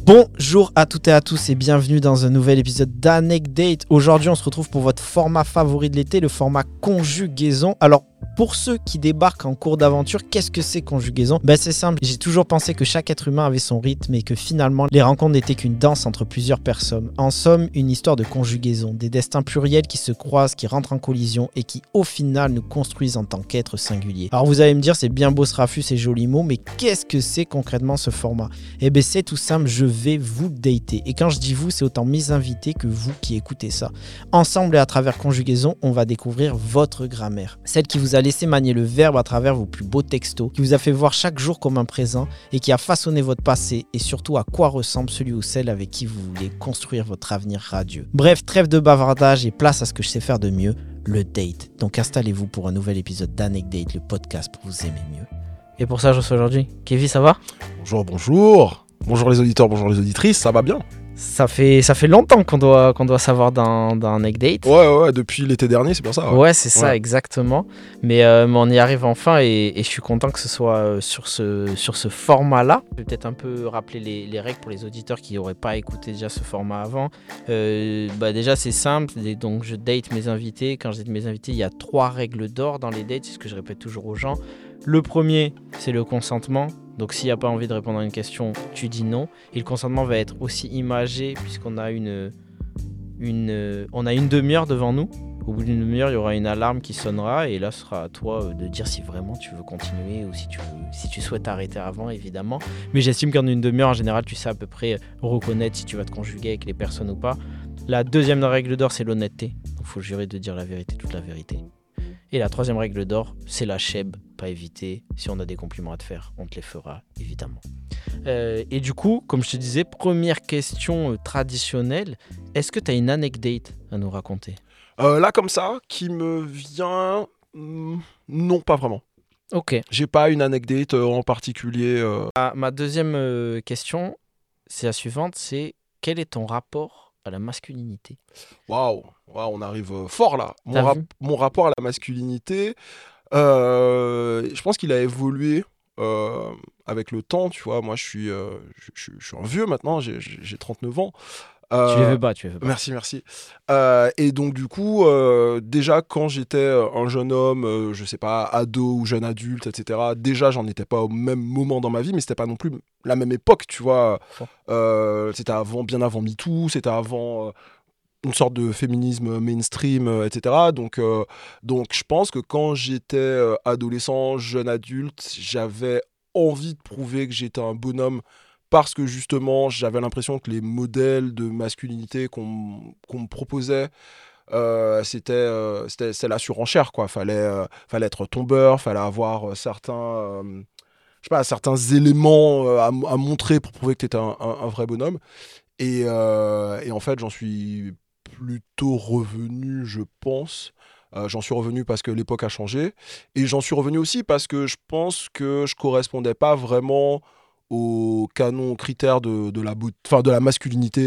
Bonjour à toutes et à tous et bienvenue dans un nouvel épisode d'Anecdate. Aujourd'hui, on se retrouve pour votre format favori de l'été, le format conjugaison. Alors, pour ceux qui débarquent en cours d'aventure, qu'est-ce que c'est conjugaison ? C'est simple, j'ai toujours pensé que chaque être humain avait son rythme et que finalement, les rencontres n'étaient qu'une danse entre plusieurs personnes. En somme, une histoire de conjugaison, des destins pluriels qui se croisent, qui rentrent en collision et qui, au final, nous construisent en tant qu'êtres singuliers. Alors, vous allez me dire, c'est bien beau ce raffut, ces jolis mots, mais qu'est-ce que c'est concrètement ce format ? C'est tout simple, je vais vous dater. Et quand je dis vous, c'est autant mes invités que vous qui écoutez ça. Ensemble et à travers conjugaison, on va découvrir votre grammaire. Celle qui vous a laissé manier le verbe à travers vos plus beaux textos, qui vous a fait voir chaque jour comme un présent et qui a façonné votre passé et surtout à quoi ressemble celui ou celle avec qui vous voulez construire votre avenir radieux. Bref, trêve de bavardage et place à ce que je sais faire de mieux, le date. Donc installez-vous pour un nouvel épisode d'Anecdate, le podcast pour vous aimer mieux. Et pour ça, je reçois aujourd'hui Kevin, ça va ? Bonjour. Bonjour les auditeurs, bonjour les auditrices, ça va bien ? Ça fait longtemps qu'on doit savoir dans Anecdate. Ouais, depuis l'été dernier, c'est bien ça. Ouais, c'est ça, exactement. Mais on y arrive enfin et je suis content que ce soit sur ce format-là. Je vais peut-être un peu rappeler les règles pour les auditeurs qui n'auraient pas écouté déjà ce format avant. Déjà, c'est simple. Donc, je date mes invités. Quand je date mes invités, il y a 3 règles d'or dans les dates. C'est ce que je répète toujours aux gens. Le premier, c'est le consentement. Donc s'il n'y a pas envie de répondre à une question, tu dis non. Et le consentement va être aussi imagé puisqu'on a une demi-heure devant nous. Au bout d'une demi-heure, il y aura une alarme qui sonnera et là, ce sera à toi de dire si vraiment tu veux continuer ou si tu souhaites arrêter avant, évidemment. Mais j'estime qu'en une demi-heure, en général, tu sais à peu près reconnaître si tu vas te conjuguer avec les personnes ou pas. La deuxième règle d'or, c'est l'honnêteté. Il faut jurer de dire la vérité, toute la vérité. Et la troisième règle d'or, c'est la chèbe, pas éviter. Si on a des compliments à te faire, on te les fera, évidemment. Et du coup, comme je te disais, première question traditionnelle, est-ce que tu as une anecdote à nous raconter ? Là, comme ça, qui me vient... non, pas vraiment. Ok. J'ai pas une anecdote en particulier. Ma deuxième question, c'est la suivante, c'est quel est ton rapport à la masculinité ? Waouh, on arrive fort là. Mon rapport à la masculinité, je pense qu'il a évolué avec le temps, tu vois. Moi, je suis un vieux maintenant, j'ai 39 ans. Tu les veux pas. Merci. Et donc, du coup, déjà, quand j'étais un jeune homme, je sais pas, ado ou jeune adulte, etc., déjà, j'en étais pas au même moment dans ma vie, mais c'était pas non plus la même époque, tu vois. C'était bien avant MeToo, c'était avant une sorte de féminisme mainstream, etc. Donc, je pense que quand j'étais adolescent, jeune adulte, j'avais envie de prouver que j'étais un bonhomme parce que justement, j'avais l'impression que les modèles de masculinité qu'on me proposait, c'était la surenchère, quoi. Fallait être tombeur, fallait avoir certains éléments à montrer pour prouver que tu étais un vrai bonhomme. Et en fait, j'en suis plutôt revenu, je pense. J'en suis revenu parce que l'époque a changé. Et j'en suis revenu aussi parce que je pense que je correspondais pas vraiment aux canons, aux critères de la masculinité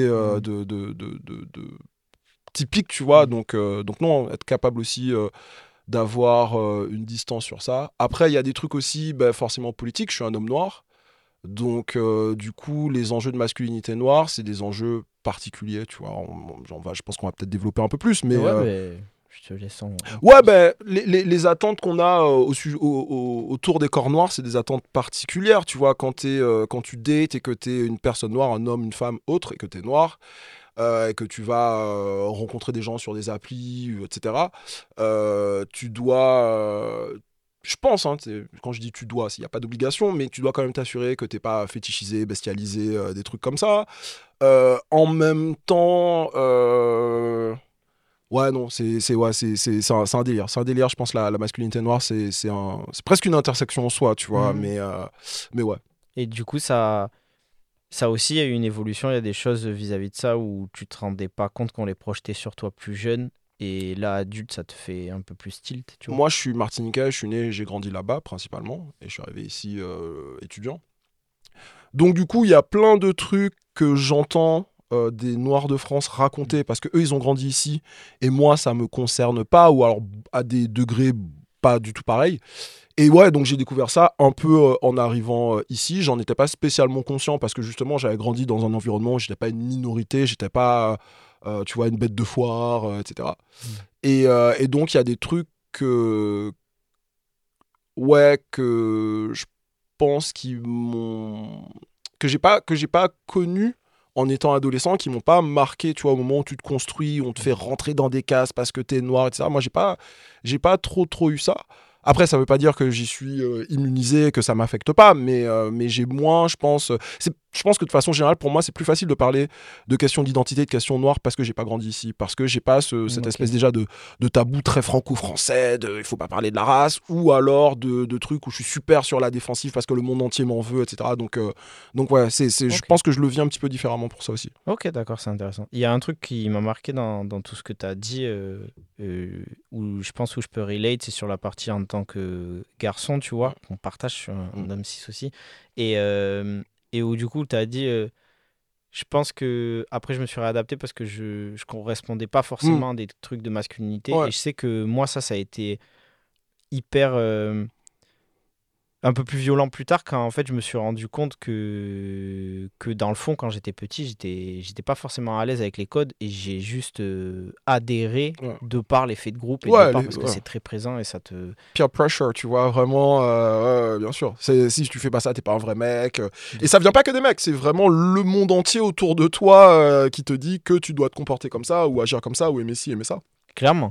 typique, tu vois. Donc non, être capable aussi d'avoir une distance sur ça. Après, il y a des trucs aussi forcément politiques. Je suis un homme noir. Donc, du coup, les enjeux de masculinité noire, c'est des enjeux particuliers, tu vois. Je pense qu'on va peut-être développer un peu plus, mais... mais je te laisse en... Ouais, les attentes qu'on a autour des corps noirs, c'est des attentes particulières, tu vois. Quand tu dates et que t'es une personne noire, un homme, une femme, autre, et que t'es noir, et que tu vas rencontrer des gens sur des applis, etc., tu dois... je pense, quand je dis tu dois, il n'y a pas d'obligation, mais tu dois quand même t'assurer que t'es pas fétichisé, bestialisé, des trucs comme ça. En même temps, ouais, non, c'est un délire. C'est un délire, je pense, la masculinité noire, c'est presque une intersection en soi, tu vois, mais ouais. Et du coup, ça aussi, il y a eu une évolution, il y a des choses vis-à-vis de ça où tu te rendais pas compte qu'on les projetait sur toi plus jeune. Et là, adulte, ça te fait un peu plus tilt, tu vois. Moi, je suis martiniquais, je suis né, j'ai grandi là-bas, principalement, et je suis arrivé ici étudiant. Donc, du coup, il y a plein de trucs que j'entends des Noirs de France raconter, parce qu'eux, ils ont grandi ici, et moi, ça me concerne pas, ou alors à des degrés pas du tout pareil. Et ouais, donc j'ai découvert ça un peu en arrivant ici. J'en étais pas spécialement conscient parce que justement, j'avais grandi dans un environnement où j'étais pas une minorité, j'étais pas, tu vois, une bête de foire, etc. Et donc, il y a des trucs que je pense que j'ai pas connu en étant adolescent, qui m'ont pas marqué, tu vois, au moment où tu te construis, où on te fait rentrer dans des cases parce que t'es noir, etc. Moi, j'ai pas trop eu ça. Après, ça veut pas dire que j'y suis immunisé, que ça m'affecte pas, mais j'ai moins, je pense. Je pense que de façon générale, pour moi, c'est plus facile de parler de questions d'identité, de questions noires, parce que j'ai pas grandi ici, parce que j'ai pas cette espèce déjà de tabou très franco-français, il faut pas parler de la race, ou alors de trucs où je suis super sur la défensive parce que le monde entier m'en veut, etc. Donc ouais, je pense que je le vis un petit peu différemment pour ça aussi. Ok, d'accord, c'est intéressant. Il y a un truc qui m'a marqué dans tout ce que tu as dit, où je pense où je peux relate, c'est sur la partie en tant que garçon, tu vois, qu'on partage sur un homme cis aussi. Et où du coup, tu as dit, je pense que après je me suis réadapté parce que je correspondais pas forcément à des trucs de masculinité. Ouais. Et je sais que moi, ça a été hyper... un peu plus violent plus tard quand en fait je me suis rendu compte que dans le fond quand j'étais petit j'étais pas forcément à l'aise avec les codes et j'ai juste adhéré de par l'effet de groupe et de par parce que c'est très présent et ça te... Peer pressure, tu vois, vraiment, bien sûr. Si tu fais pas ça, t'es pas un vrai mec. Et ça vient pas que des mecs, c'est vraiment le monde entier autour de toi qui te dit que tu dois te comporter comme ça ou agir comme ça ou aimer ci, aimer ça. Clairement.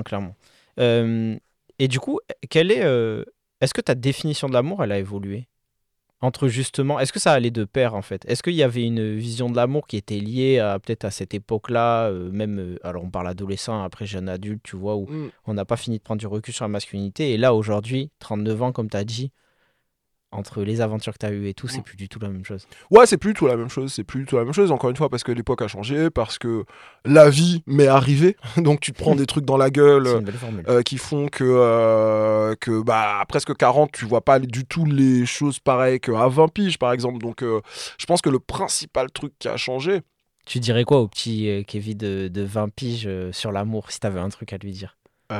Et du coup, est-ce que ta définition de l'amour, elle a évolué entre justement, est-ce que ça allait de pair en fait? Est-ce qu'il y avait une vision de l'amour qui était liée peut-être à cette époque-là, alors on parle adolescent, après jeune adulte, tu vois, où on n'a pas fini de prendre du recul sur la masculinité, et là aujourd'hui, 39 ans comme tu as dit, entre les aventures que tu as eues et tout, c'est plus du tout la même chose. Ouais, c'est plus du tout la même chose, encore une fois, parce que l'époque a changé, parce que la vie m'est arrivée, donc tu te prends des trucs dans la gueule qui font que bah, à presque 40, tu vois pas du tout les choses pareilles qu'à 20 piges, par exemple. Donc je pense que le principal truc qui a changé... Tu dirais quoi au petit Kevin de 20 piges sur l'amour, si t'avais un truc à lui dire?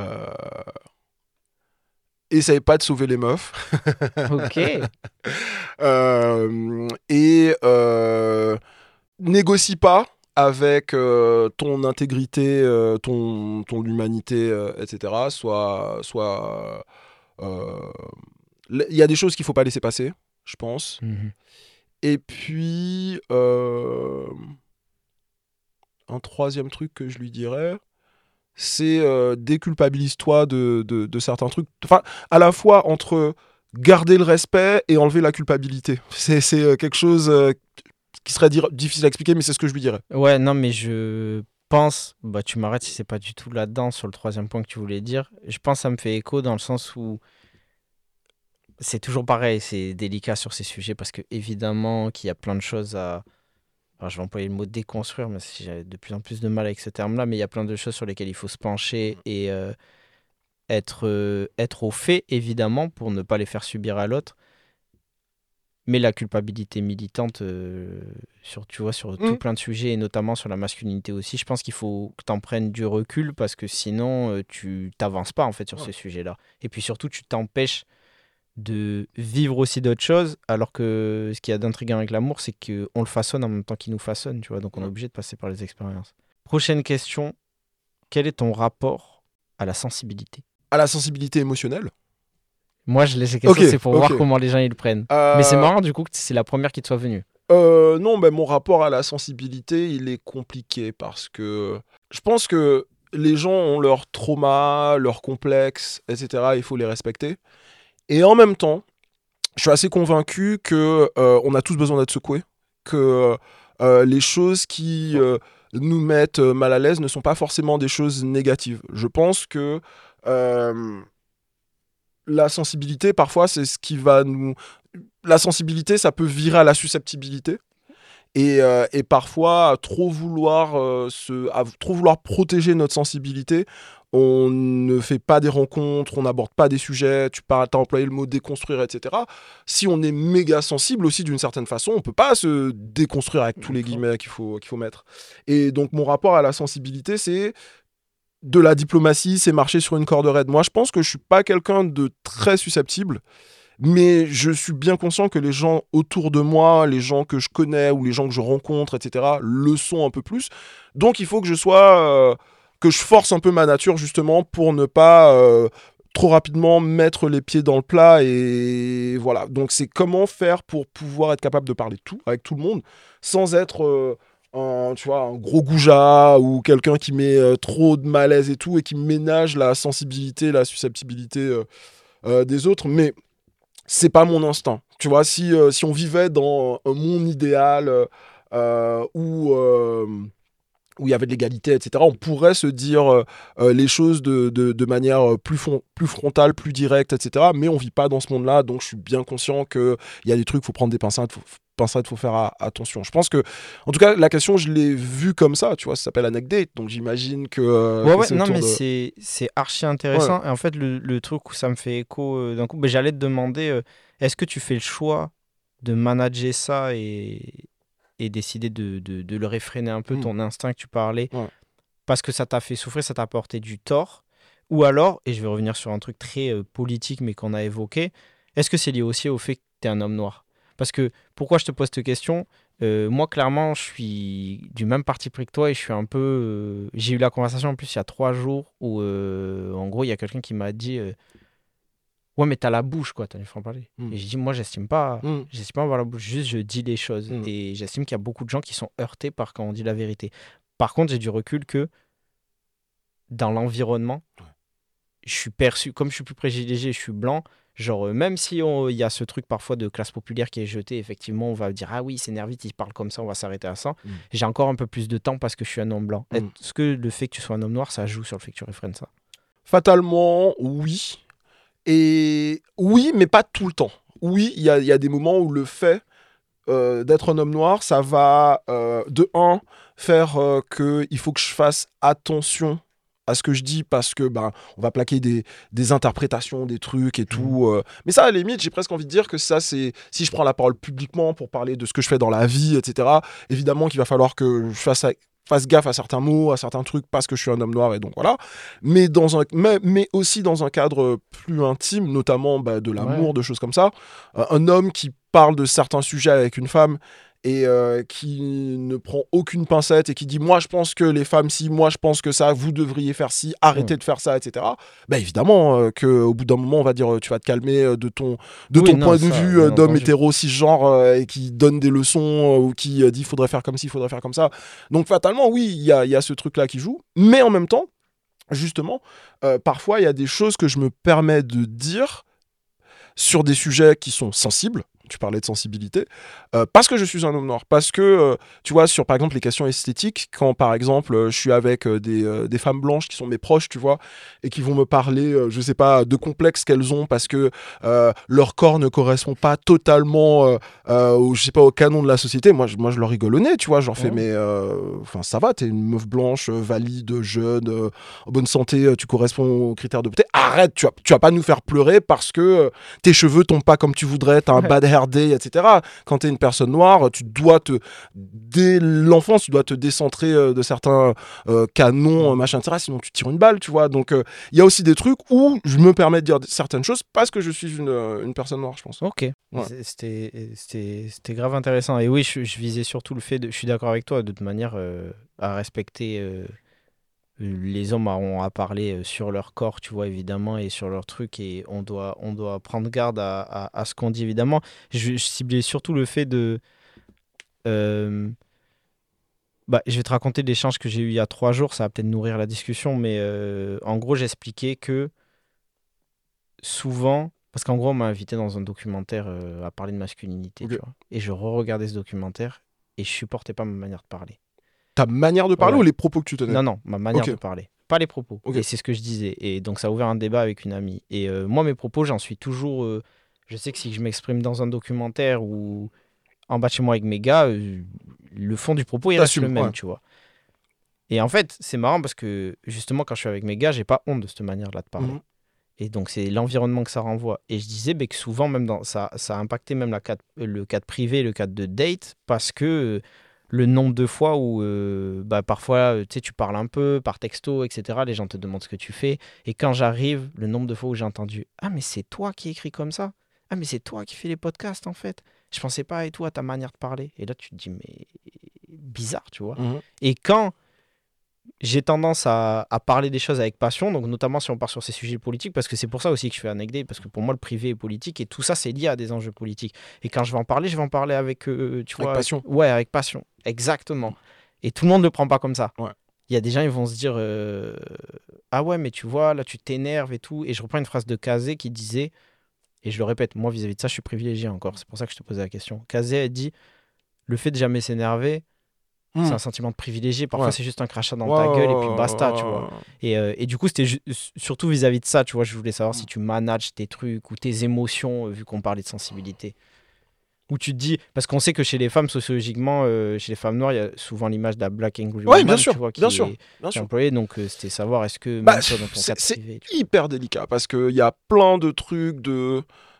Essaye pas de sauver les meufs. Ok. Négocie pas avec ton intégrité, ton humanité, etc. Il y a des choses qu'il faut pas laisser passer, je pense. Et puis un troisième truc que je lui dirais, c'est déculpabilise-toi de certains trucs. Enfin, à la fois entre garder le respect et enlever la culpabilité. C'est quelque chose qui serait difficile à expliquer, mais c'est ce que je lui dirais. Ouais, non, mais je pense, bah tu m'arrêtes si c'est pas du tout là-dedans sur le troisième point que tu voulais dire. Je pense que ça me fait écho dans le sens où c'est toujours pareil, c'est délicat sur ces sujets parce que évidemment qu'il y a plein de choses à... Alors, je vais employer le mot déconstruire, mais j'ai de plus en plus de mal avec ce terme-là, mais il y a plein de choses sur lesquelles il faut se pencher et être au fait, évidemment, pour ne pas les faire subir à l'autre. Mais la culpabilité militante, sur tout plein de sujets, et notamment sur la masculinité aussi, je pense qu'il faut que tu en prennes du recul parce que sinon, tu t'avances pas en fait sur ces sujets-là. Et puis surtout, tu t'empêches de vivre aussi d'autres choses, alors que ce qu'il y a d'intriguant avec l'amour, c'est qu'on le façonne en même temps qu'il nous façonne, tu vois, donc on est obligé de passer par les expériences. Prochaine question, quel est ton rapport à la sensibilité? À la sensibilité émotionnelle? Moi, je laisse ces questions, c'est pour voir comment les gens ils le prennent. Mais c'est marrant du coup que c'est la première qui te soit venue. Non, ben, mon rapport à la sensibilité, il est compliqué parce que je pense que les gens ont leurs traumas, leurs complexes, etc. Il faut les respecter. Et en même temps, je suis assez convaincu que on a tous besoin d'être secoués, que les choses qui nous mettent mal à l'aise ne sont pas forcément des choses négatives. Je pense que la sensibilité, parfois, c'est ce qui va nous... La sensibilité, ça peut virer à la susceptibilité. Et parfois, à trop vouloir protéger notre sensibilité, on ne fait pas des rencontres, on n'aborde pas des sujets, tu as employé le mot déconstruire, etc. Si on est méga sensible aussi d'une certaine façon, on ne peut pas se déconstruire avec tous les guillemets qu'il faut mettre. Et donc mon rapport à la sensibilité, c'est de la diplomatie, c'est marcher sur une corde raide. Moi, je pense que je suis pas quelqu'un de très susceptible, mais je suis bien conscient que les gens autour de moi, les gens que je connais ou les gens que je rencontre, etc., le sont un peu plus. Donc, il faut que que je force un peu ma nature justement pour ne pas trop rapidement mettre les pieds dans le plat et voilà. Donc, c'est comment faire pour pouvoir être capable de parler de tout avec tout le monde sans être tu vois, un gros goujat ou quelqu'un qui met trop de malaise et tout et qui ménage la sensibilité, la susceptibilité des autres. Mais c'est pas mon instinct. Tu vois, si on vivait dans un monde idéal où il y avait de l'égalité, etc., on pourrait se dire les choses de manière plus frontale, plus directe, etc. Mais on vit pas dans ce monde-là, donc je suis bien conscient qu'il y a des trucs, il faut prendre des pincettes, faut faire attention. Je pense que, en tout cas, la question, je l'ai vue comme ça, tu vois, ça s'appelle Anecdate, donc j'imagine que c'est non, autour mais de... c'est archi intéressant. Et en fait, le truc où ça me fait écho d'un coup, j'allais te demander, est-ce que tu fais le choix de manager ça et décider de le réfréner un peu, Mm. ton instinct que tu parlais, Ouais. parce que ça t'a fait souffrir, ça t'a apporté du tort? Ou alors, et je vais revenir sur un truc très politique, mais qu'on a évoqué, est-ce que c'est lié aussi au fait que tu es un homme noir? Parce que, pourquoi je te pose cette question? Moi, clairement, je suis du même parti pris que toi et je suis un peu... J'ai eu la conversation en plus il y a 3 jours où, en gros, il y a quelqu'un qui m'a dit ouais, mais t'as la bouche, quoi, t'as du franc-parler. Mm. Et j'ai dit, moi, Mm. j'estime pas avoir la bouche, juste je dis les choses. Mm. Et j'estime qu'il y a beaucoup de gens qui sont heurtés par quand on dit la vérité. Par contre, j'ai du recul que dans l'environnement, je suis perçu, comme je suis plus privilégié, je suis blanc, genre, même si il y a ce truc parfois de classe populaire qui est jeté, effectivement, on va dire, ah oui, c'est Nervit, il parle comme ça, on va s'arrêter à ça. J'ai encore un peu plus de temps parce que je suis un homme blanc. Est-ce que le fait que tu sois un homme noir, ça joue sur le fait que tu réfrènes ça? Fatalement, oui. Et oui, mais pas tout le temps. Oui, il y a des moments où le fait d'être un homme noir, ça va, de un, faire qu'il faut que je fasse attention à ce que je dis parce que on va plaquer des interprétations, des trucs et tout. Mais ça, à la limite, j'ai presque envie de dire que ça, c'est si je prends la parole publiquement pour parler de ce que je fais dans la vie, etc., évidemment qu'il va falloir que je fasse gaffe à certains mots, à certains trucs parce que je suis un homme noir et donc voilà. Mais aussi dans un cadre plus intime, notamment de l'amour, Ouais. de choses comme ça. Un homme qui parle de certains sujets avec une femme et qui ne prend aucune pincette et qui dit moi je pense que les femmes si, moi je pense que ça, vous devriez faire ci, arrêtez de faire ça, etc. Évidemment qu'au bout d'un moment on va dire tu vas te calmer de Oui, ton non, point de ça, vue bien d'homme entendu. hétéro cisgenre et qui donne des leçons ou qui dit faudrait faire comme ci, faudrait faire comme ça. Donc fatalement oui, il y a ce truc là qui joue, mais en même temps justement parfois il y a des choses que je me permets de dire sur des sujets qui sont sensibles. Tu parlais de sensibilité, parce que je suis un homme noir, parce que, tu vois, sur par exemple les questions esthétiques, quand par exemple je suis avec des femmes blanches qui sont mes proches, tu vois, et qui vont me parler, je sais pas, de complexes qu'elles ont parce que leur corps ne correspond pas totalement je sais pas, au canon de la société, moi je leur rigole au nez, tu vois, je leur fais, Ouais. mais enfin ça va, t'es une meuf blanche, valide, jeune, en bonne santé, tu corresponds aux critères de beauté, arrête, tu vas pas nous faire pleurer parce que tes cheveux tombent pas comme tu voudrais, t'as un bad hair day, etc. Quand t'es une personne noire, dès l'enfance, tu dois te décentrer de certains canons, machin, etc. Sinon tu tires une balle, tu vois. Donc il y a aussi des trucs où je me permets de dire certaines choses parce que je suis une personne noire, je pense. Ok, Ouais. c'était grave intéressant. Et oui, je visais surtout le fait de... Je suis d'accord avec toi, de toute manière, à respecter... les hommes auront à parler sur leur corps, tu vois, évidemment, et sur leur truc, et on doit prendre garde à ce qu'on dit, évidemment. Je ciblais surtout le fait de... euh, je vais te raconter l'échange que j'ai eu il y a 3 jours, ça va peut-être nourrir la discussion, mais en gros, j'expliquais que souvent... Parce qu'en gros, on m'a invité dans un documentaire à parler de masculinité, Ok. tu vois. Et je re-regardais ce documentaire, et je supportais pas ma manière de parler. Ta manière de parler Ouais. ou les propos que tu tenais? Non, non, ma manière Ok. de parler. Pas les propos. Ok. Et c'est ce que je disais. Et donc, ça a ouvert un débat avec une amie. Et moi, mes propos, j'en suis toujours. Je sais que si je m'exprime dans un documentaire ou en bas de chez moi avec mes gars, le fond du propos, il reste le T'assumes, ouais. même, tu vois. Et en fait, c'est marrant parce que justement, quand je suis avec mes gars, j'ai pas honte de cette manière-là de parler. Mhm. Et donc, c'est l'environnement que ça renvoie. Et je disais que souvent, même ça a impacté même le cadre privé, le cadre de date, parce que le nombre de fois où parfois tu parles un peu par texto, etc. Les gens te demandent ce que tu fais. Et quand j'arrive, le nombre de fois où j'ai entendu « Ah, mais c'est toi qui écris comme ça? Ah, mais c'est toi qui fais les podcasts en fait. Je pensais pas à toi, ta manière de parler. » Et là, tu te dis « Mais bizarre, tu vois. » Mhm. Et quand j'ai tendance à parler des choses avec passion, donc notamment si on part sur ces sujets politiques, parce que c'est pour ça aussi que je fais Anecdate, parce que pour moi le privé est politique et tout ça c'est lié à des enjeux politiques. Et quand je vais en parler, je vais en parler avec, tu vois, passion. Ouais, avec passion, exactement. Et tout le monde ne le prend pas comme ça. Ouais. Il y a des gens, ils vont se dire ah ouais, mais tu vois, là tu t'énerves et tout. Et je reprends une phrase de Kazé qui disait, et je le répète, moi vis-à-vis de ça, je suis privilégié encore. C'est pour ça que je te posais la question. Kazé a dit le fait de jamais s'énerver, c'est un sentiment de privilégié. Parfois, c'est juste un crachat dans ta gueule et puis basta, tu vois. Et du coup, c'était surtout vis-à-vis de ça, tu vois. Je voulais savoir si tu manages tes trucs ou tes émotions, vu qu'on parlait de sensibilité. Où tu te dis, parce qu'on sait que chez les femmes, sociologiquement, chez les femmes noires, il y a souvent l'image de la Black Angry Woman, bien sûr, tu vois, qui bien sûr. est employée. Donc, c'était savoir, est-ce que même toi, dans ton cadre privé... C'est hyper délicat parce qu'il y a plein de trucs de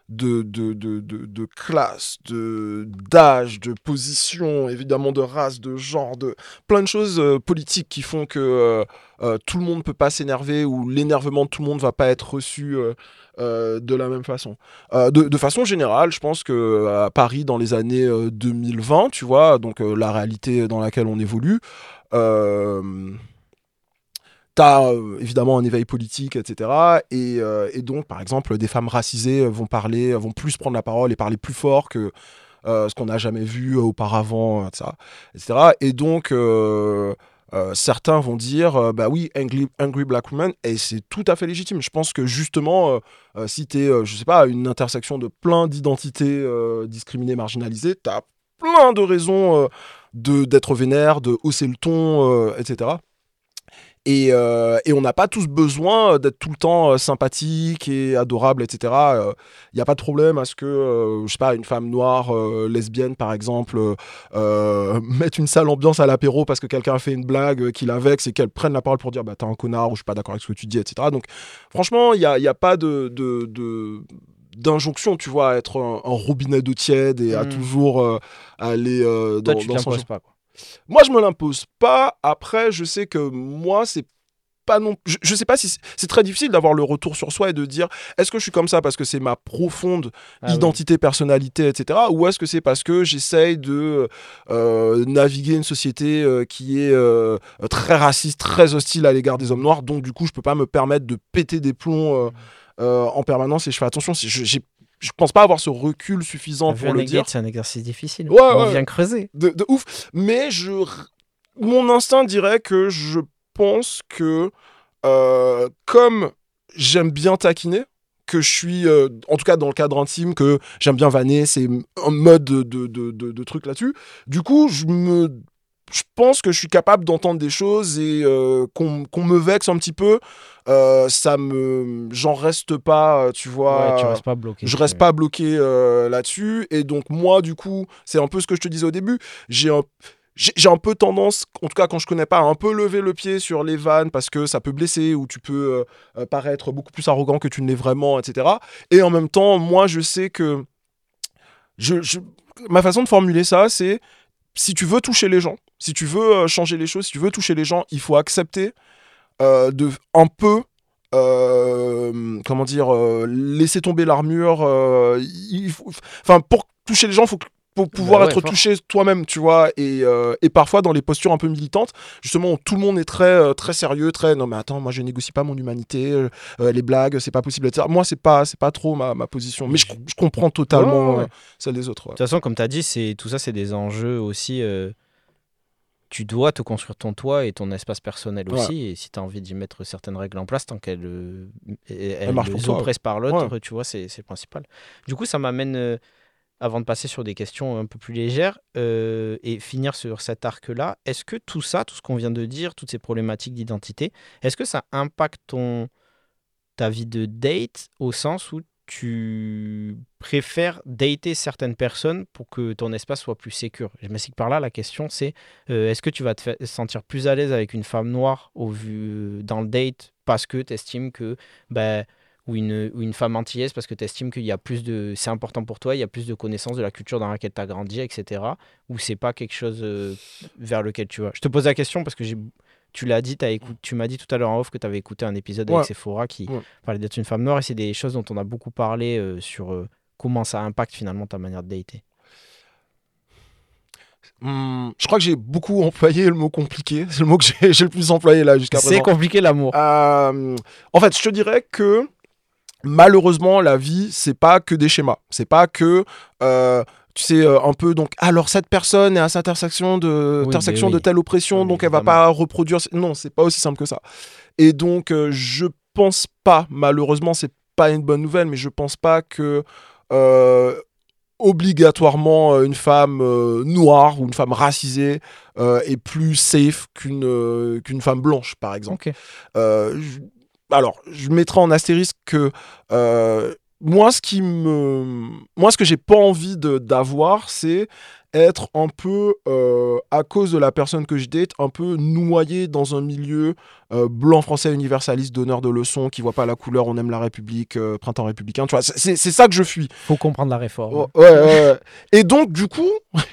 classe, d'âge, de position, évidemment de race, de genre, de plein de choses politiques qui font que tout le monde ne peut pas s'énerver ou l'énervement de tout le monde ne va pas être reçu de la même façon. De façon générale, je pense qu'à Paris, dans les années 2020, tu vois, donc la réalité dans laquelle on évolue, t'as évidemment un éveil politique, etc. Et donc, par exemple, des femmes racisées vont plus prendre la parole et parler plus fort que ce qu'on n'a jamais vu auparavant, etc. Et donc, certains vont dire, bah oui, angry black woman, et c'est tout à fait légitime. Je pense que justement, si t'es, je sais pas, à une intersection de plein d'identités discriminées, marginalisées, t'as plein de raisons d'être vénère, de hausser le ton, etc. Et on n'a pas tous besoin d'être tout le temps sympathique et adorable, etc. Il n'y a pas de problème à ce que, je sais pas, une femme noire, lesbienne par exemple, mette une sale ambiance à l'apéro parce que quelqu'un a fait une blague qui la vexe et qu'elle prenne la parole pour dire bah t'es un connard ou je suis pas d'accord avec ce que tu dis, etc. Donc franchement, il y a pas d'injonction, tu vois, à être un robinet d'eau tiède et à toujours aller Toi, dans tu te l'imposes pas, quoi. Moi, je me l'impose pas. Après, je sais que moi, c'est pas non. Je sais pas si c'est très difficile d'avoir le retour sur soi et de dire est-ce que je suis comme ça parce que c'est ma profonde identité, personnalité, etc. Ou est-ce que c'est parce que j'essaye de naviguer une société qui est très raciste, très hostile à l'égard des hommes noirs. Donc, du coup, je peux pas me permettre de péter des plombs en permanence et je fais attention. Je pense pas avoir ce recul suffisant pour le dire. C'est un exercice difficile. Ouais, on vient creuser. De ouf. Mais mon instinct dirait que je pense que comme j'aime bien taquiner, que je suis, en tout cas dans le cadre intime, que j'aime bien vanner, c'est un mode de truc là-dessus. Du coup, je pense que je suis capable d'entendre des choses et qu'on me vexe un petit peu. J'en reste pas, tu vois. Ouais, tu restes pas bloqué. Je reste pas bloqué là-dessus. Et donc, moi, du coup, c'est un peu ce que je te disais au début. J'ai un peu tendance, en tout cas quand je connais pas, à un peu lever le pied sur les vannes parce que ça peut blesser ou tu peux paraître beaucoup plus arrogant que tu ne l'es vraiment, etc. Et en même temps, moi, je sais que ma façon de formuler ça, c'est si tu veux toucher les gens, si tu veux changer les choses, si tu veux toucher les gens, il faut accepter de un peu laisser tomber l'armure. Pour toucher les gens, faut pouvoir être touché toi-même, tu vois. Et parfois dans les postures un peu militantes, justement, où tout le monde est très très sérieux, très non mais attends, moi je négocie pas mon humanité, les blagues, c'est pas possible, etc. Moi c'est pas trop ma position, mais je comprends totalement celle des autres. De toute façon, comme tu as dit, tout ça c'est des enjeux aussi. Tu dois te construire ton toit et ton espace personnel aussi. Et si tu as envie d'y mettre certaines règles en place, tant qu'elles les oppressent par l'autre, tu vois, c'est le principal. Du coup, ça m'amène, avant de passer sur des questions un peu plus légères et finir sur cet arc-là, est-ce que tout ça, tout ce qu'on vient de dire, toutes ces problématiques d'identité, est-ce que ça impacte ta vie de date au sens où tu préfères dater certaines personnes pour que ton espace soit plus sécure? Je m'explique par là, la question c'est est-ce que tu vas te sentir plus à l'aise avec une femme noire dans le date parce que tu estimes que ou une femme antillaise parce que tu estimes qu'il y a plus de... C'est important pour toi, il y a plus de connaissances de la culture dans laquelle tu as grandi, etc. Ou c'est pas quelque chose vers lequel tu vas. Je te pose la question parce que tu l'as dit, tu m'as dit tout à l'heure en off que tu avais écouté un épisode avec Sephora qui parlait d'être une femme noire et c'est des choses dont on a beaucoup parlé sur comment ça impacte finalement ta manière de dater. Je crois que j'ai beaucoup employé le mot compliqué. C'est le mot que j'ai le plus employé là jusqu'à présent. C'est compliqué l'amour. En fait, je te dirais que malheureusement, la vie, c'est pas que des schémas. C'est pas que, tu sais, un peu, donc, alors cette personne est à cette intersection de telle oppression, donc elle va pas reproduire. Non, c'est pas aussi simple que ça. Et donc, je pense pas, malheureusement, c'est pas une bonne nouvelle, mais je pense pas que obligatoirement une femme noire ou une femme racisée est plus safe qu'une femme blanche, par exemple. Okay. Alors, je mettrai en astérisque que moi, ce que j'ai pas envie d'avoir, c'est être un peu, à cause de la personne que je date, un peu noyé dans un milieu blanc français universaliste, donneur de leçons, qui voit pas la couleur, on aime la République, printemps républicain, tu vois, c'est ça que je fuis. Faut comprendre la réforme. Ouais. Et donc, du coup,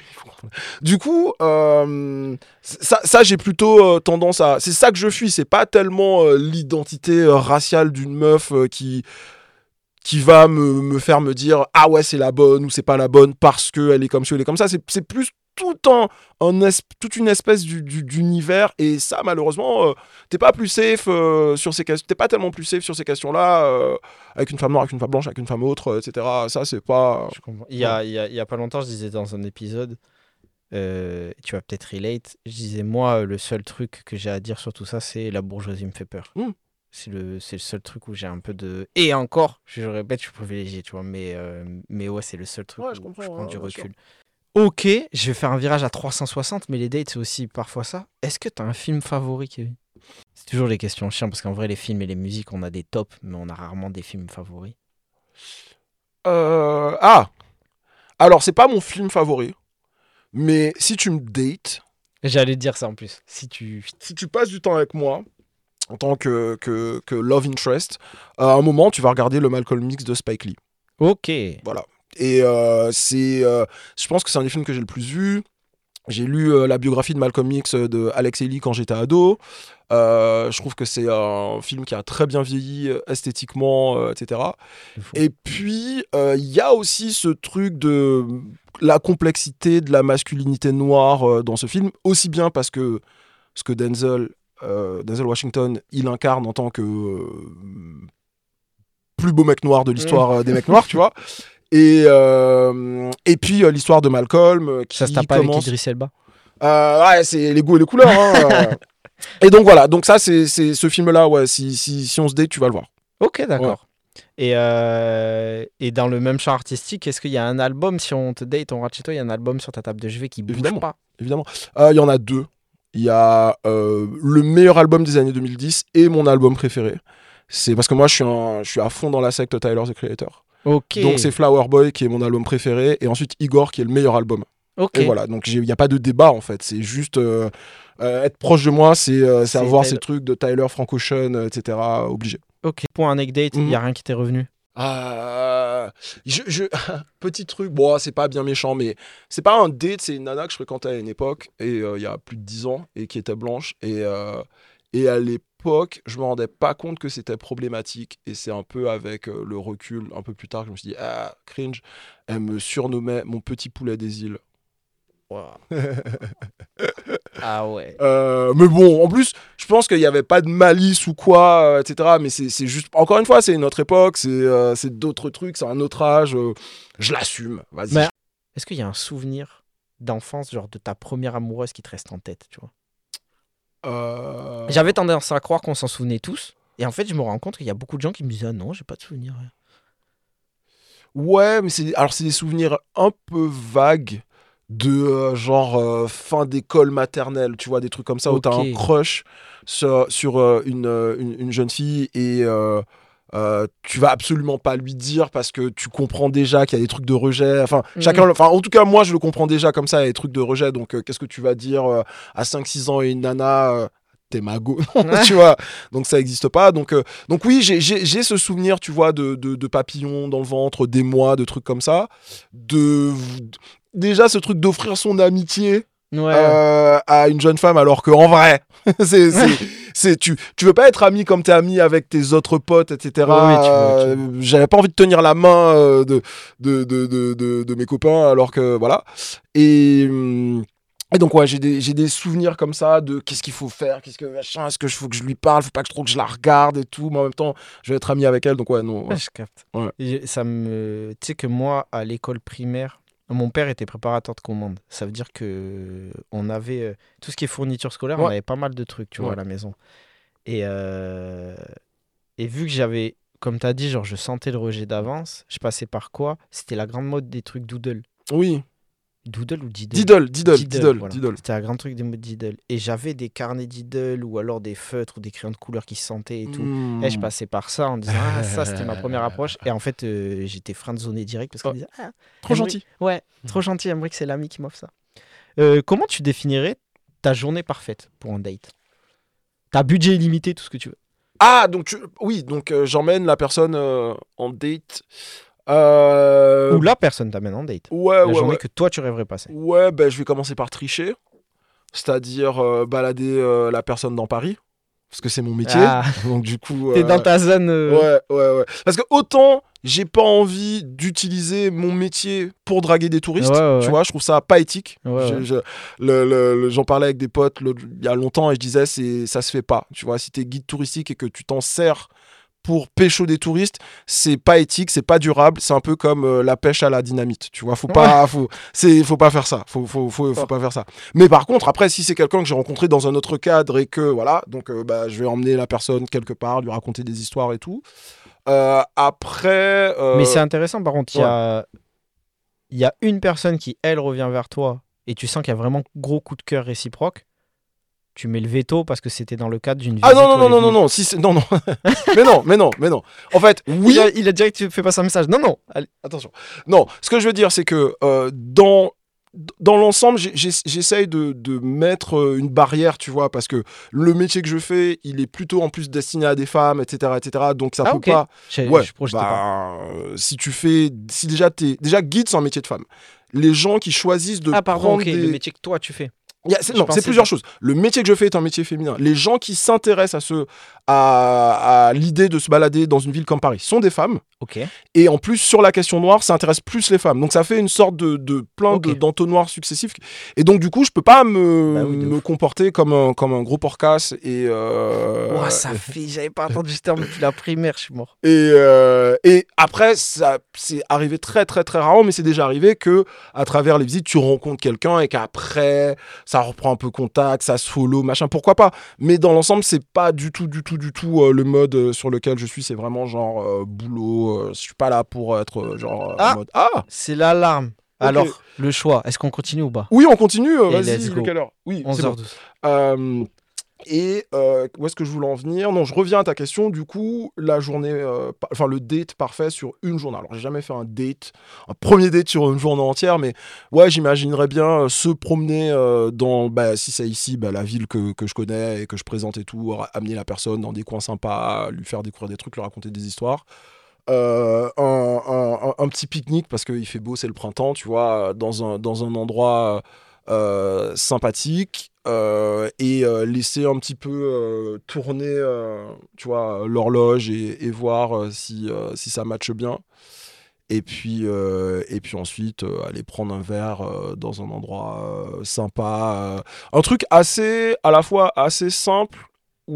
ça j'ai plutôt tendance à... C'est ça que je fuis, c'est pas tellement l'identité raciale d'une meuf qui va me faire me dire ah ouais c'est la bonne ou c'est pas la bonne parce qu'elle est comme ci ou elle est comme ça. C'est plus toute une espèce d'univers, et ça malheureusement t'es pas plus safe sur ces questions, t'es pas tellement plus safe sur ces questions-là avec une femme noire, avec une femme blanche, avec une femme autre, etc. Ça c'est pas... Je comprends. Il y a pas longtemps je disais dans un épisode, tu vas peut-être relate, je disais moi le seul truc que j'ai à dire sur tout ça c'est la bourgeoisie me fait peur. C'est le seul truc où j'ai un peu de... Et encore, je répète, je suis privilégié, tu vois, mais ouais, c'est le seul truc où je prends du recul. Ok, je vais faire un virage à 360, mais les dates, c'est aussi parfois ça. Est-ce que tu as un film favori, Kevin ? C'est toujours les questions chiantes, parce qu'en vrai, les films et les musiques, on a des tops, mais on a rarement des films favoris. Alors, c'est pas mon film favori, mais si tu me dates... J'allais te dire ça en plus. Si tu passes du temps avec moi... en tant que love interest, à un moment, tu vas regarder le Malcolm X de Spike Lee. Ok. Voilà. Et je pense que c'est un des films que j'ai le plus vu. J'ai lu la biographie de Malcolm X de Alex Haley quand j'étais ado. Je trouve que c'est un film qui a très bien vieilli esthétiquement, etc. Et puis, il y a aussi ce truc de la complexité de la masculinité noire dans ce film, aussi bien parce que ce que Denzel Washington, il incarne en tant que plus beau mec noir de l'histoire des mecs noirs, tu vois. Et puis l'histoire de Malcolm qui ça se tape pas avec Idriss Elba. Ouais, c'est les goûts et les couleurs. Et donc voilà, donc ça c'est ce film-là, ouais. Si on se date, tu vas le voir. Ok, d'accord. Ouais. Et dans le même champ artistique, est-ce qu'il y a un album, si on te date, on rentre chez toi, il y a un album sur ta table de chevet qui bouge pas ? Évidemment. Il y en a deux. Il y a le meilleur album des années 2010 et mon album préféré. C'est parce que moi, je suis à fond dans la secte Tyler, the Creator. Okay. Donc, c'est Flower Boy qui est mon album préféré. Et ensuite, Igor qui est le meilleur album. Okay. Et voilà, donc il n'y a pas de débat, en fait. C'est juste être proche de moi, c'est avoir ces trucs de Tyler, Frank Ocean, etc. obligé. Ok. Pour un date, il n'y a rien qui t'est revenu ? Petit truc, bon, c'est pas bien méchant, mais c'est pas un date, c'est une nana que je fréquentais à une époque, et il y a plus de 10 ans, et qui était blanche, et à l'époque, je me rendais pas compte que c'était problématique, et c'est un peu avec le recul, un peu plus tard, que je me suis dit, cringe, elle me surnommait mon petit poulet des îles. Wow. Ah ouais. Mais bon, en plus, je pense qu'il n'y avait pas de malice ou quoi, etc. Mais c'est juste, encore une fois, c'est une autre époque, c'est d'autres trucs, c'est un autre âge. Je l'assume, vas-y. Mais est-ce qu'il y a un souvenir d'enfance, genre de ta première amoureuse qui te reste en tête, tu vois ? J'avais tendance à croire qu'on s'en souvenait tous. Et en fait, je me rends compte qu'il y a beaucoup de gens qui me disent « Ah non, j'ai pas de souvenir. » Ouais, mais c'est des souvenirs un peu vagues. De fin d'école maternelle, tu vois, des trucs comme ça, où t'as un crush sur une jeune fille et tu vas absolument pas lui dire parce que tu comprends déjà qu'il y a des trucs de rejet, en tout cas moi je le comprends déjà comme ça, il y a des trucs de rejet, donc qu'est-ce que tu vas dire à 5-6 ans et une nana t'es ma go, tu vois. Donc ça existe pas. Donc oui, j'ai ce souvenir, tu vois, de papillons dans le ventre, d'émoi, de trucs comme ça. Déjà ce truc d'offrir son amitié à une jeune femme, alors qu'en vrai, tu veux pas être ami comme t'es ami avec tes autres potes, etc. J'avais pas envie de tenir la main de mes copains, alors que voilà. Et donc ouais, j'ai des souvenirs comme ça de qu'est-ce qu'il faut faire, qu'est-ce que machin, est-ce que faut que je lui parle, faut pas que trop que je la regarde et tout, mais en même temps je vais être ami avec elle, donc ouais non. Ouais. Je capte. Ouais. Tu sais que moi à l'école primaire, mon père était préparateur de commandes. Ça veut dire que on avait tout ce qui est fourniture scolaire, on avait pas mal de trucs, tu vois, à la maison. Et vu que j'avais, comme tu as dit, genre je sentais le rejet d'avance, je passais par quoi? C'était la grande mode des trucs doodle. Oui. Doodle ou Diddle? Diddle. Voilà. C'était un grand truc des mots Diddle. Et j'avais des carnets Diddle ou alors des feutres ou des crayons de couleur qui se sentaient et tout. Et je passais par ça en disant ça c'était ma première approche. Et en fait j'étais friendzoné direct parce qu'on disait trop gentil. Ouais, trop gentil. J'aimerais que c'est l'ami qui m'offre ça. Comment tu définirais ta journée parfaite pour un date? T'as budget illimité, tout ce que tu veux. Ah donc j'emmène la personne en date. Ou la personne t'amène en date. La journée que toi tu rêverais passer. Ouais, je vais commencer par tricher. C'est-à-dire balader la personne dans Paris. Parce que c'est mon métier. Donc du coup... T'es dans ta zone... Ouais. Parce que autant j'ai pas envie d'utiliser mon métier pour draguer des touristes. Tu vois, je trouve ça pas éthique. J'en parlais avec des potes il y a longtemps et je disais, ça se fait pas. Tu vois, si t'es guide touristique et que tu t'en sers pour pécho des touristes, c'est pas éthique, c'est pas durable, c'est un peu comme la pêche à la dynamite, tu vois, faut pas faire ça, faut pas faire ça. Mais par contre, après, si c'est quelqu'un que j'ai rencontré dans un autre cadre et que voilà, donc je vais emmener la personne quelque part, lui raconter des histoires et tout. Après. Mais c'est intéressant, par contre, il y a une personne qui elle revient vers toi et tu sens qu'il y a vraiment gros coup de cœur réciproque. Tu mets le veto parce que c'était dans le cadre d'une visite. Ah non, si non. mais non. En fait, oui. Il a direct tu fais pas un message. Non. Allez, attention. Non, ce que je veux dire, c'est que dans l'ensemble, j'essaye de mettre une barrière, tu vois, parce que le métier que je fais, il est plutôt en plus destiné à des femmes, etc. donc ça peut pas. Je projetais pas. Si déjà guide, c'est un métier de femme. Les gens qui choisissent de prendre le métier que toi tu fais. C'est plusieurs choses. Le métier que je fais est un métier féminin. Les gens qui s'intéressent à l'idée de se balader dans une ville comme Paris sont des femmes. Et en plus, sur la question noire, ça intéresse plus les femmes. Donc ça fait une sorte de plein d'entonnoirs successifs. Et donc du coup, je peux pas me comporter comme un gros porcasse. Et j'avais pas entendu ce terme depuis la primaire, je suis mort. Et après, ça c'est arrivé très très très rarement, mais c'est déjà arrivé que à travers les visites, tu rencontres quelqu'un et qu'après ça reprend un peu contact, ça se follow, machin, pourquoi pas. Mais dans l'ensemble, c'est pas du tout le mode sur lequel je suis. C'est vraiment genre boulot. Je suis pas là pour être genre en mode c'est l'alarme. Alors, le choix, est-ce qu'on continue ou pas? Oui, on continue. Vas-y, il est quelle heure? Oui, 11h12. Et où est-ce que je voulais en venir? Non, je reviens à ta question. Du coup, la journée, le date parfait sur une journée. Alors, j'ai jamais fait un premier date sur une journée entière, mais ouais, j'imaginerais bien se promener dans, si c'est ici, la ville que je connais et que je présente et tout, amener la personne dans des coins sympas, lui faire découvrir des trucs, lui raconter des histoires. Un petit pique-nique parce qu'il fait beau, c'est le printemps, tu vois, dans un endroit sympathique. Et laisser un petit peu tourner l'horloge et voir si ça matche bien et puis ensuite aller prendre un verre dans un endroit sympa, un truc à la fois assez simple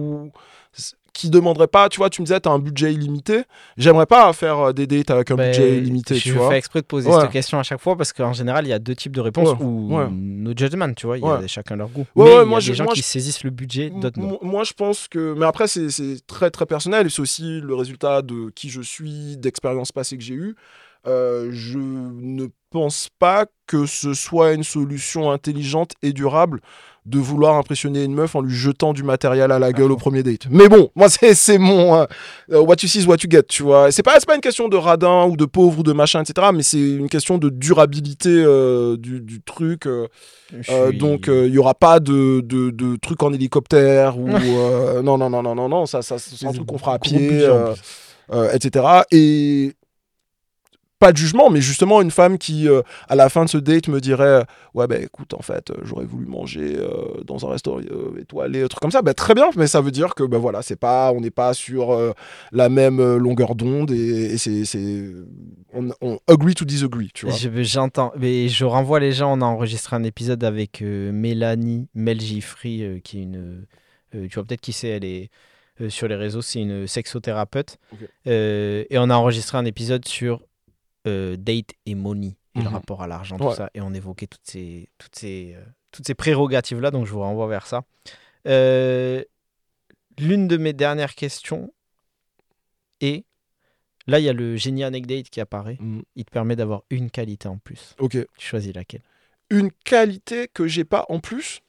qui demanderait pas, tu vois, tu me disais t'as un budget illimité, j'aimerais pas faire des dates avec un budget illimité, tu vois. Je fais exprès de poser cette question à chaque fois parce qu'en général il y a deux types de réponses no judgment, tu vois, il y a chacun leur goût. Mais il y a des gens qui saisissent le budget, d'autres non. Moi je pense que, mais après c'est très très personnel et c'est aussi le résultat de qui je suis, d'expériences passées que j'ai eues. Je ne pense pas que ce soit une solution intelligente et durable de vouloir impressionner une meuf en lui jetant du matériel à la gueule au premier date. Mais bon, moi c'est mon what you see is what you get, tu vois. C'est pas une question de radin ou de pauvre ou de machin, etc. Mais c'est une question de durabilité du truc. Donc il y aura pas de truc en hélicoptère ou non, ça c'est un truc qu'on fera à pied, etc. Et pas de jugement, mais justement une femme qui, à la fin de ce date, me dirait ouais, bah écoute, en fait, j'aurais voulu manger dans un restaurant étoilé, un truc comme ça, bah très bien, mais ça veut dire que bah voilà, on n'est pas sur la même longueur d'onde et on agree to disagree, tu vois. J'entends, mais je renvoie les gens, on a enregistré un épisode avec Mélanie Melgifri, qui est une. Tu vois peut-être qui c'est, elle est. Sur les réseaux, c'est une sexothérapeute. Okay. Et on a enregistré un épisode sur date et money, et le rapport à l'argent, tout ça. Et on évoquait toutes ces prérogatives-là, donc je vous renvoie vers ça. L'une de mes dernières questions est, là, il y a le génie anecdate qui apparaît. Il te permet d'avoir une qualité en plus. Ok. Tu choisis laquelle? Une qualité que j'ai pas en plus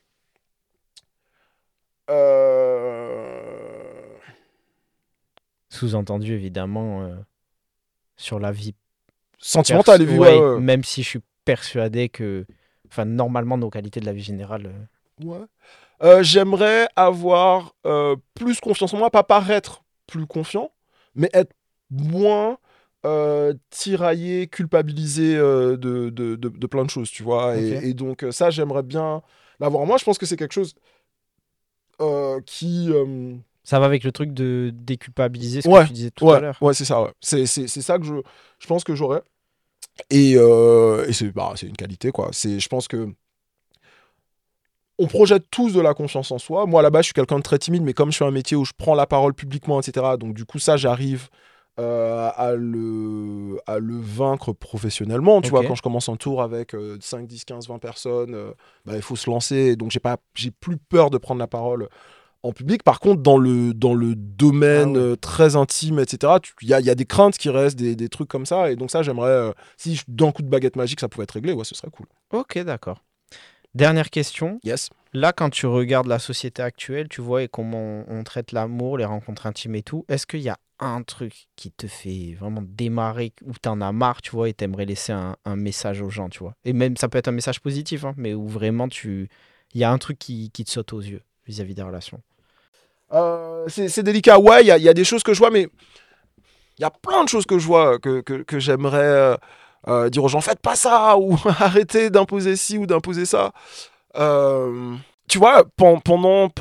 Sous-entendu, évidemment, sur la vie sentimentale, même si je suis persuadé que, normalement, nos qualités de la vie générale... j'aimerais avoir plus confiance en moi, pas paraître plus confiant, mais être moins tiraillé, culpabilisé de plein de choses, tu vois. Okay. Et donc ça, j'aimerais bien l'avoir. Moi, je pense que c'est quelque chose qui... Ça va avec le truc de déculpabiliser, ce que tu disais tout à l'heure. Ouais, c'est ça. Ouais. C'est ça que je pense que j'aurais. Et c'est une qualité, quoi. Je pense que on projette tous de la confiance en soi. Moi, là-bas, je suis quelqu'un de très timide, mais comme je fais un métier où je prends la parole publiquement, etc., donc du coup, ça, j'arrive à le vaincre professionnellement. Tu vois, quand je commence un tour avec 5, 10, 15, 20 personnes, il faut se lancer. Donc, j'ai plus peur de prendre la parole en public. Par contre, dans le domaine très intime, etc., il y a des craintes qui restent, des trucs comme ça. Et donc ça, j'aimerais, si d'un coup de baguette magique, ça pouvait être réglé, ce serait cool. Ok, d'accord. Dernière question. Yes. Là, quand tu regardes la société actuelle, tu vois, et comment on traite l'amour, les rencontres intimes et tout, est-ce qu'il y a un truc qui te fait vraiment démarrer, où t'en as marre, tu vois, et t'aimerais laisser un message aux gens, tu vois? Et même, ça peut être un message positif, hein, mais où vraiment, il y a un truc qui te saute aux yeux vis-à-vis des relations. C'est délicat. Ouais, il y a des choses que je vois, mais il y a plein de choses que je vois que j'aimerais dire aux gens, faites pas ça, ou arrêtez d'imposer ci ou d'imposer ça. Tu vois, pendant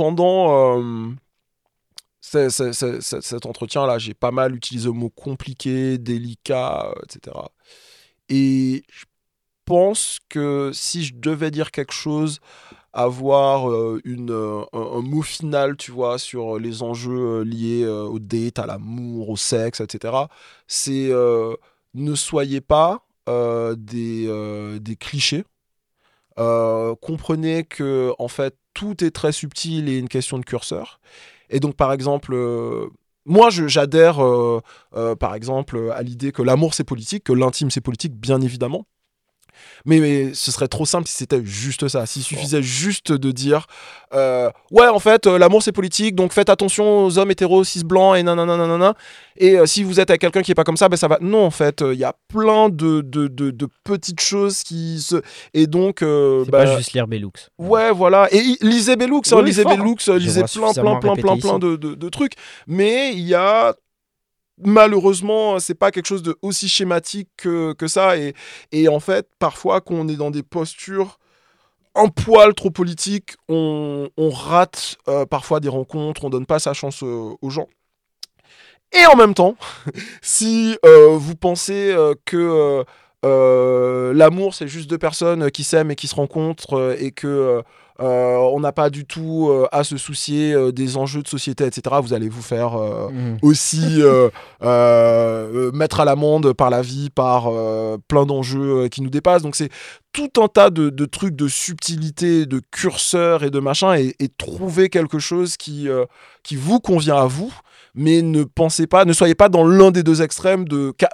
cet entretien-là, j'ai pas mal utilisé le mot compliqué, délicat, etc. Et je pense que si je devais dire quelque chose, avoir un mot final, tu vois, sur les enjeux liés au date, à l'amour, au sexe, etc. C'est ne soyez pas des clichés. Comprenez que en fait tout est très subtil et une question de curseur. Et donc par exemple, moi j'adhère par exemple à l'idée que l'amour c'est politique, que l'intime c'est politique, bien évidemment. Mais ce serait trop simple si c'était juste ça. S'il suffisait juste de dire ouais, en fait, l'amour c'est politique, donc faites attention aux hommes hétéros, cis blancs et nanana. Et si vous êtes avec quelqu'un qui est pas comme ça, ça va. Non, en fait, il y a plein de petites choses qui se. Et donc. C'est pas juste lire Bellux. Ouais, voilà. Et lisez Bellux, lisez Bellux, lisez plein de trucs. Mais il y a. Malheureusement, c'est pas quelque chose de aussi schématique que ça. Et en fait, parfois, quand on est dans des postures un poil trop politiques, on rate parfois des rencontres, on donne pas sa chance aux gens. Et en même temps, si vous pensez que l'amour, c'est juste deux personnes qui s'aiment et qui se rencontrent et que on n'a pas du tout à se soucier des enjeux de société, etc. Vous allez vous faire aussi mettre à l'amende par la vie, par plein d'enjeux qui nous dépassent. Donc c'est tout un tas de trucs de subtilité, de curseurs et de machin, et trouver quelque chose qui vous convient à vous, mais ne soyez pas dans l'un des deux extrêmes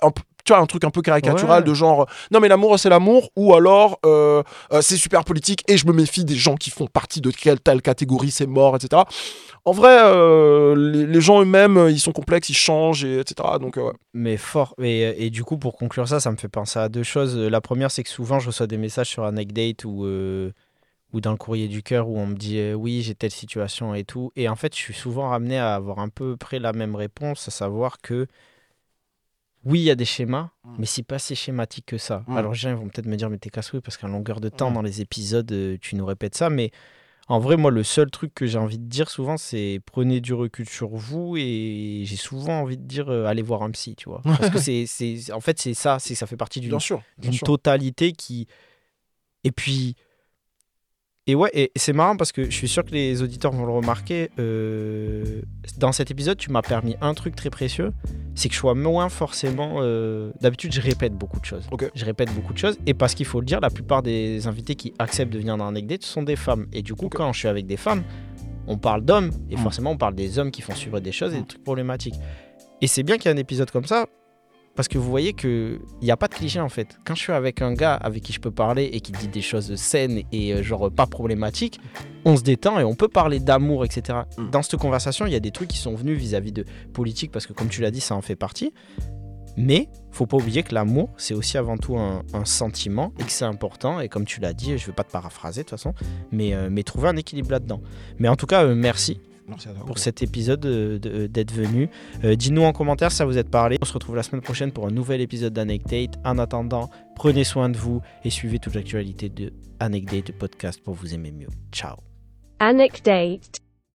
tu vois, un truc un peu caricatural Ouais. de genre non mais l'amour c'est l'amour, ou alors c'est super politique et je me méfie des gens qui font partie de telle catégorie, c'est mort, etc. En vrai, les gens eux-mêmes, ils sont complexes, ils changent, etc. Donc ouais. Mais fort. Et du coup, pour conclure ça me fait penser à deux choses. La première, c'est que souvent, je reçois des messages sur Anecdate ou dans le courrier du cœur où on me dit oui, j'ai telle situation et tout. Et en fait, je suis souvent ramené à avoir un peu près la même réponse, à savoir que oui, il y a des schémas, mais c'est pas si schématique que ça. Alors, les gens ils vont peut-être me dire, mais t'es casse-couille parce qu'à longueur de temps, dans les épisodes, tu nous répètes ça. Mais en vrai, moi, le seul truc que j'ai envie de dire souvent, c'est prenez du recul sur vous. Et j'ai souvent envie de dire, allez voir un psy, tu vois. Parce que en fait, c'est ça fait partie Bien sûr. d'une totalité qui. Et puis. Et ouais, et c'est marrant parce que je suis sûr que les auditeurs vont le remarquer. Dans cet épisode, tu m'as permis un truc très précieux, c'est que je sois moins forcément. D'habitude, je répète beaucoup de choses. Ok. Je répète beaucoup de choses, et parce qu'il faut le dire, la plupart des invités qui acceptent de venir dans Anecdate sont des femmes. Et du coup, Ok. quand je suis avec des femmes, on parle d'hommes, et forcément, on parle des hommes qui font suivre des choses et des trucs problématiques. Et c'est bien qu'il y ait un épisode comme ça. Parce que vous voyez qu'il n'y a pas de cliché en fait. Quand je suis avec un gars avec qui je peux parler et qui dit des choses saines et genre pas problématiques, on se détend et on peut parler d'amour, etc. Dans cette conversation, il y a des trucs qui sont venus vis-à-vis de politique parce que comme tu l'as dit, ça en fait partie. Mais faut pas oublier que l'amour, c'est aussi avant tout un sentiment et que c'est important. Et comme tu l'as dit, je ne vais pas te paraphraser de toute façon, mais trouver un équilibre là-dedans. Mais en tout cas, merci. Merci à toi. Pour cet épisode d'être venu. Dites-nous en commentaire si ça vous a parlé. On se retrouve la semaine prochaine pour un nouvel épisode d'Anecdate. En attendant, prenez soin de vous et suivez toute l'actualité de Anecdate, le podcast pour vous aimer mieux. Ciao. Anecdate.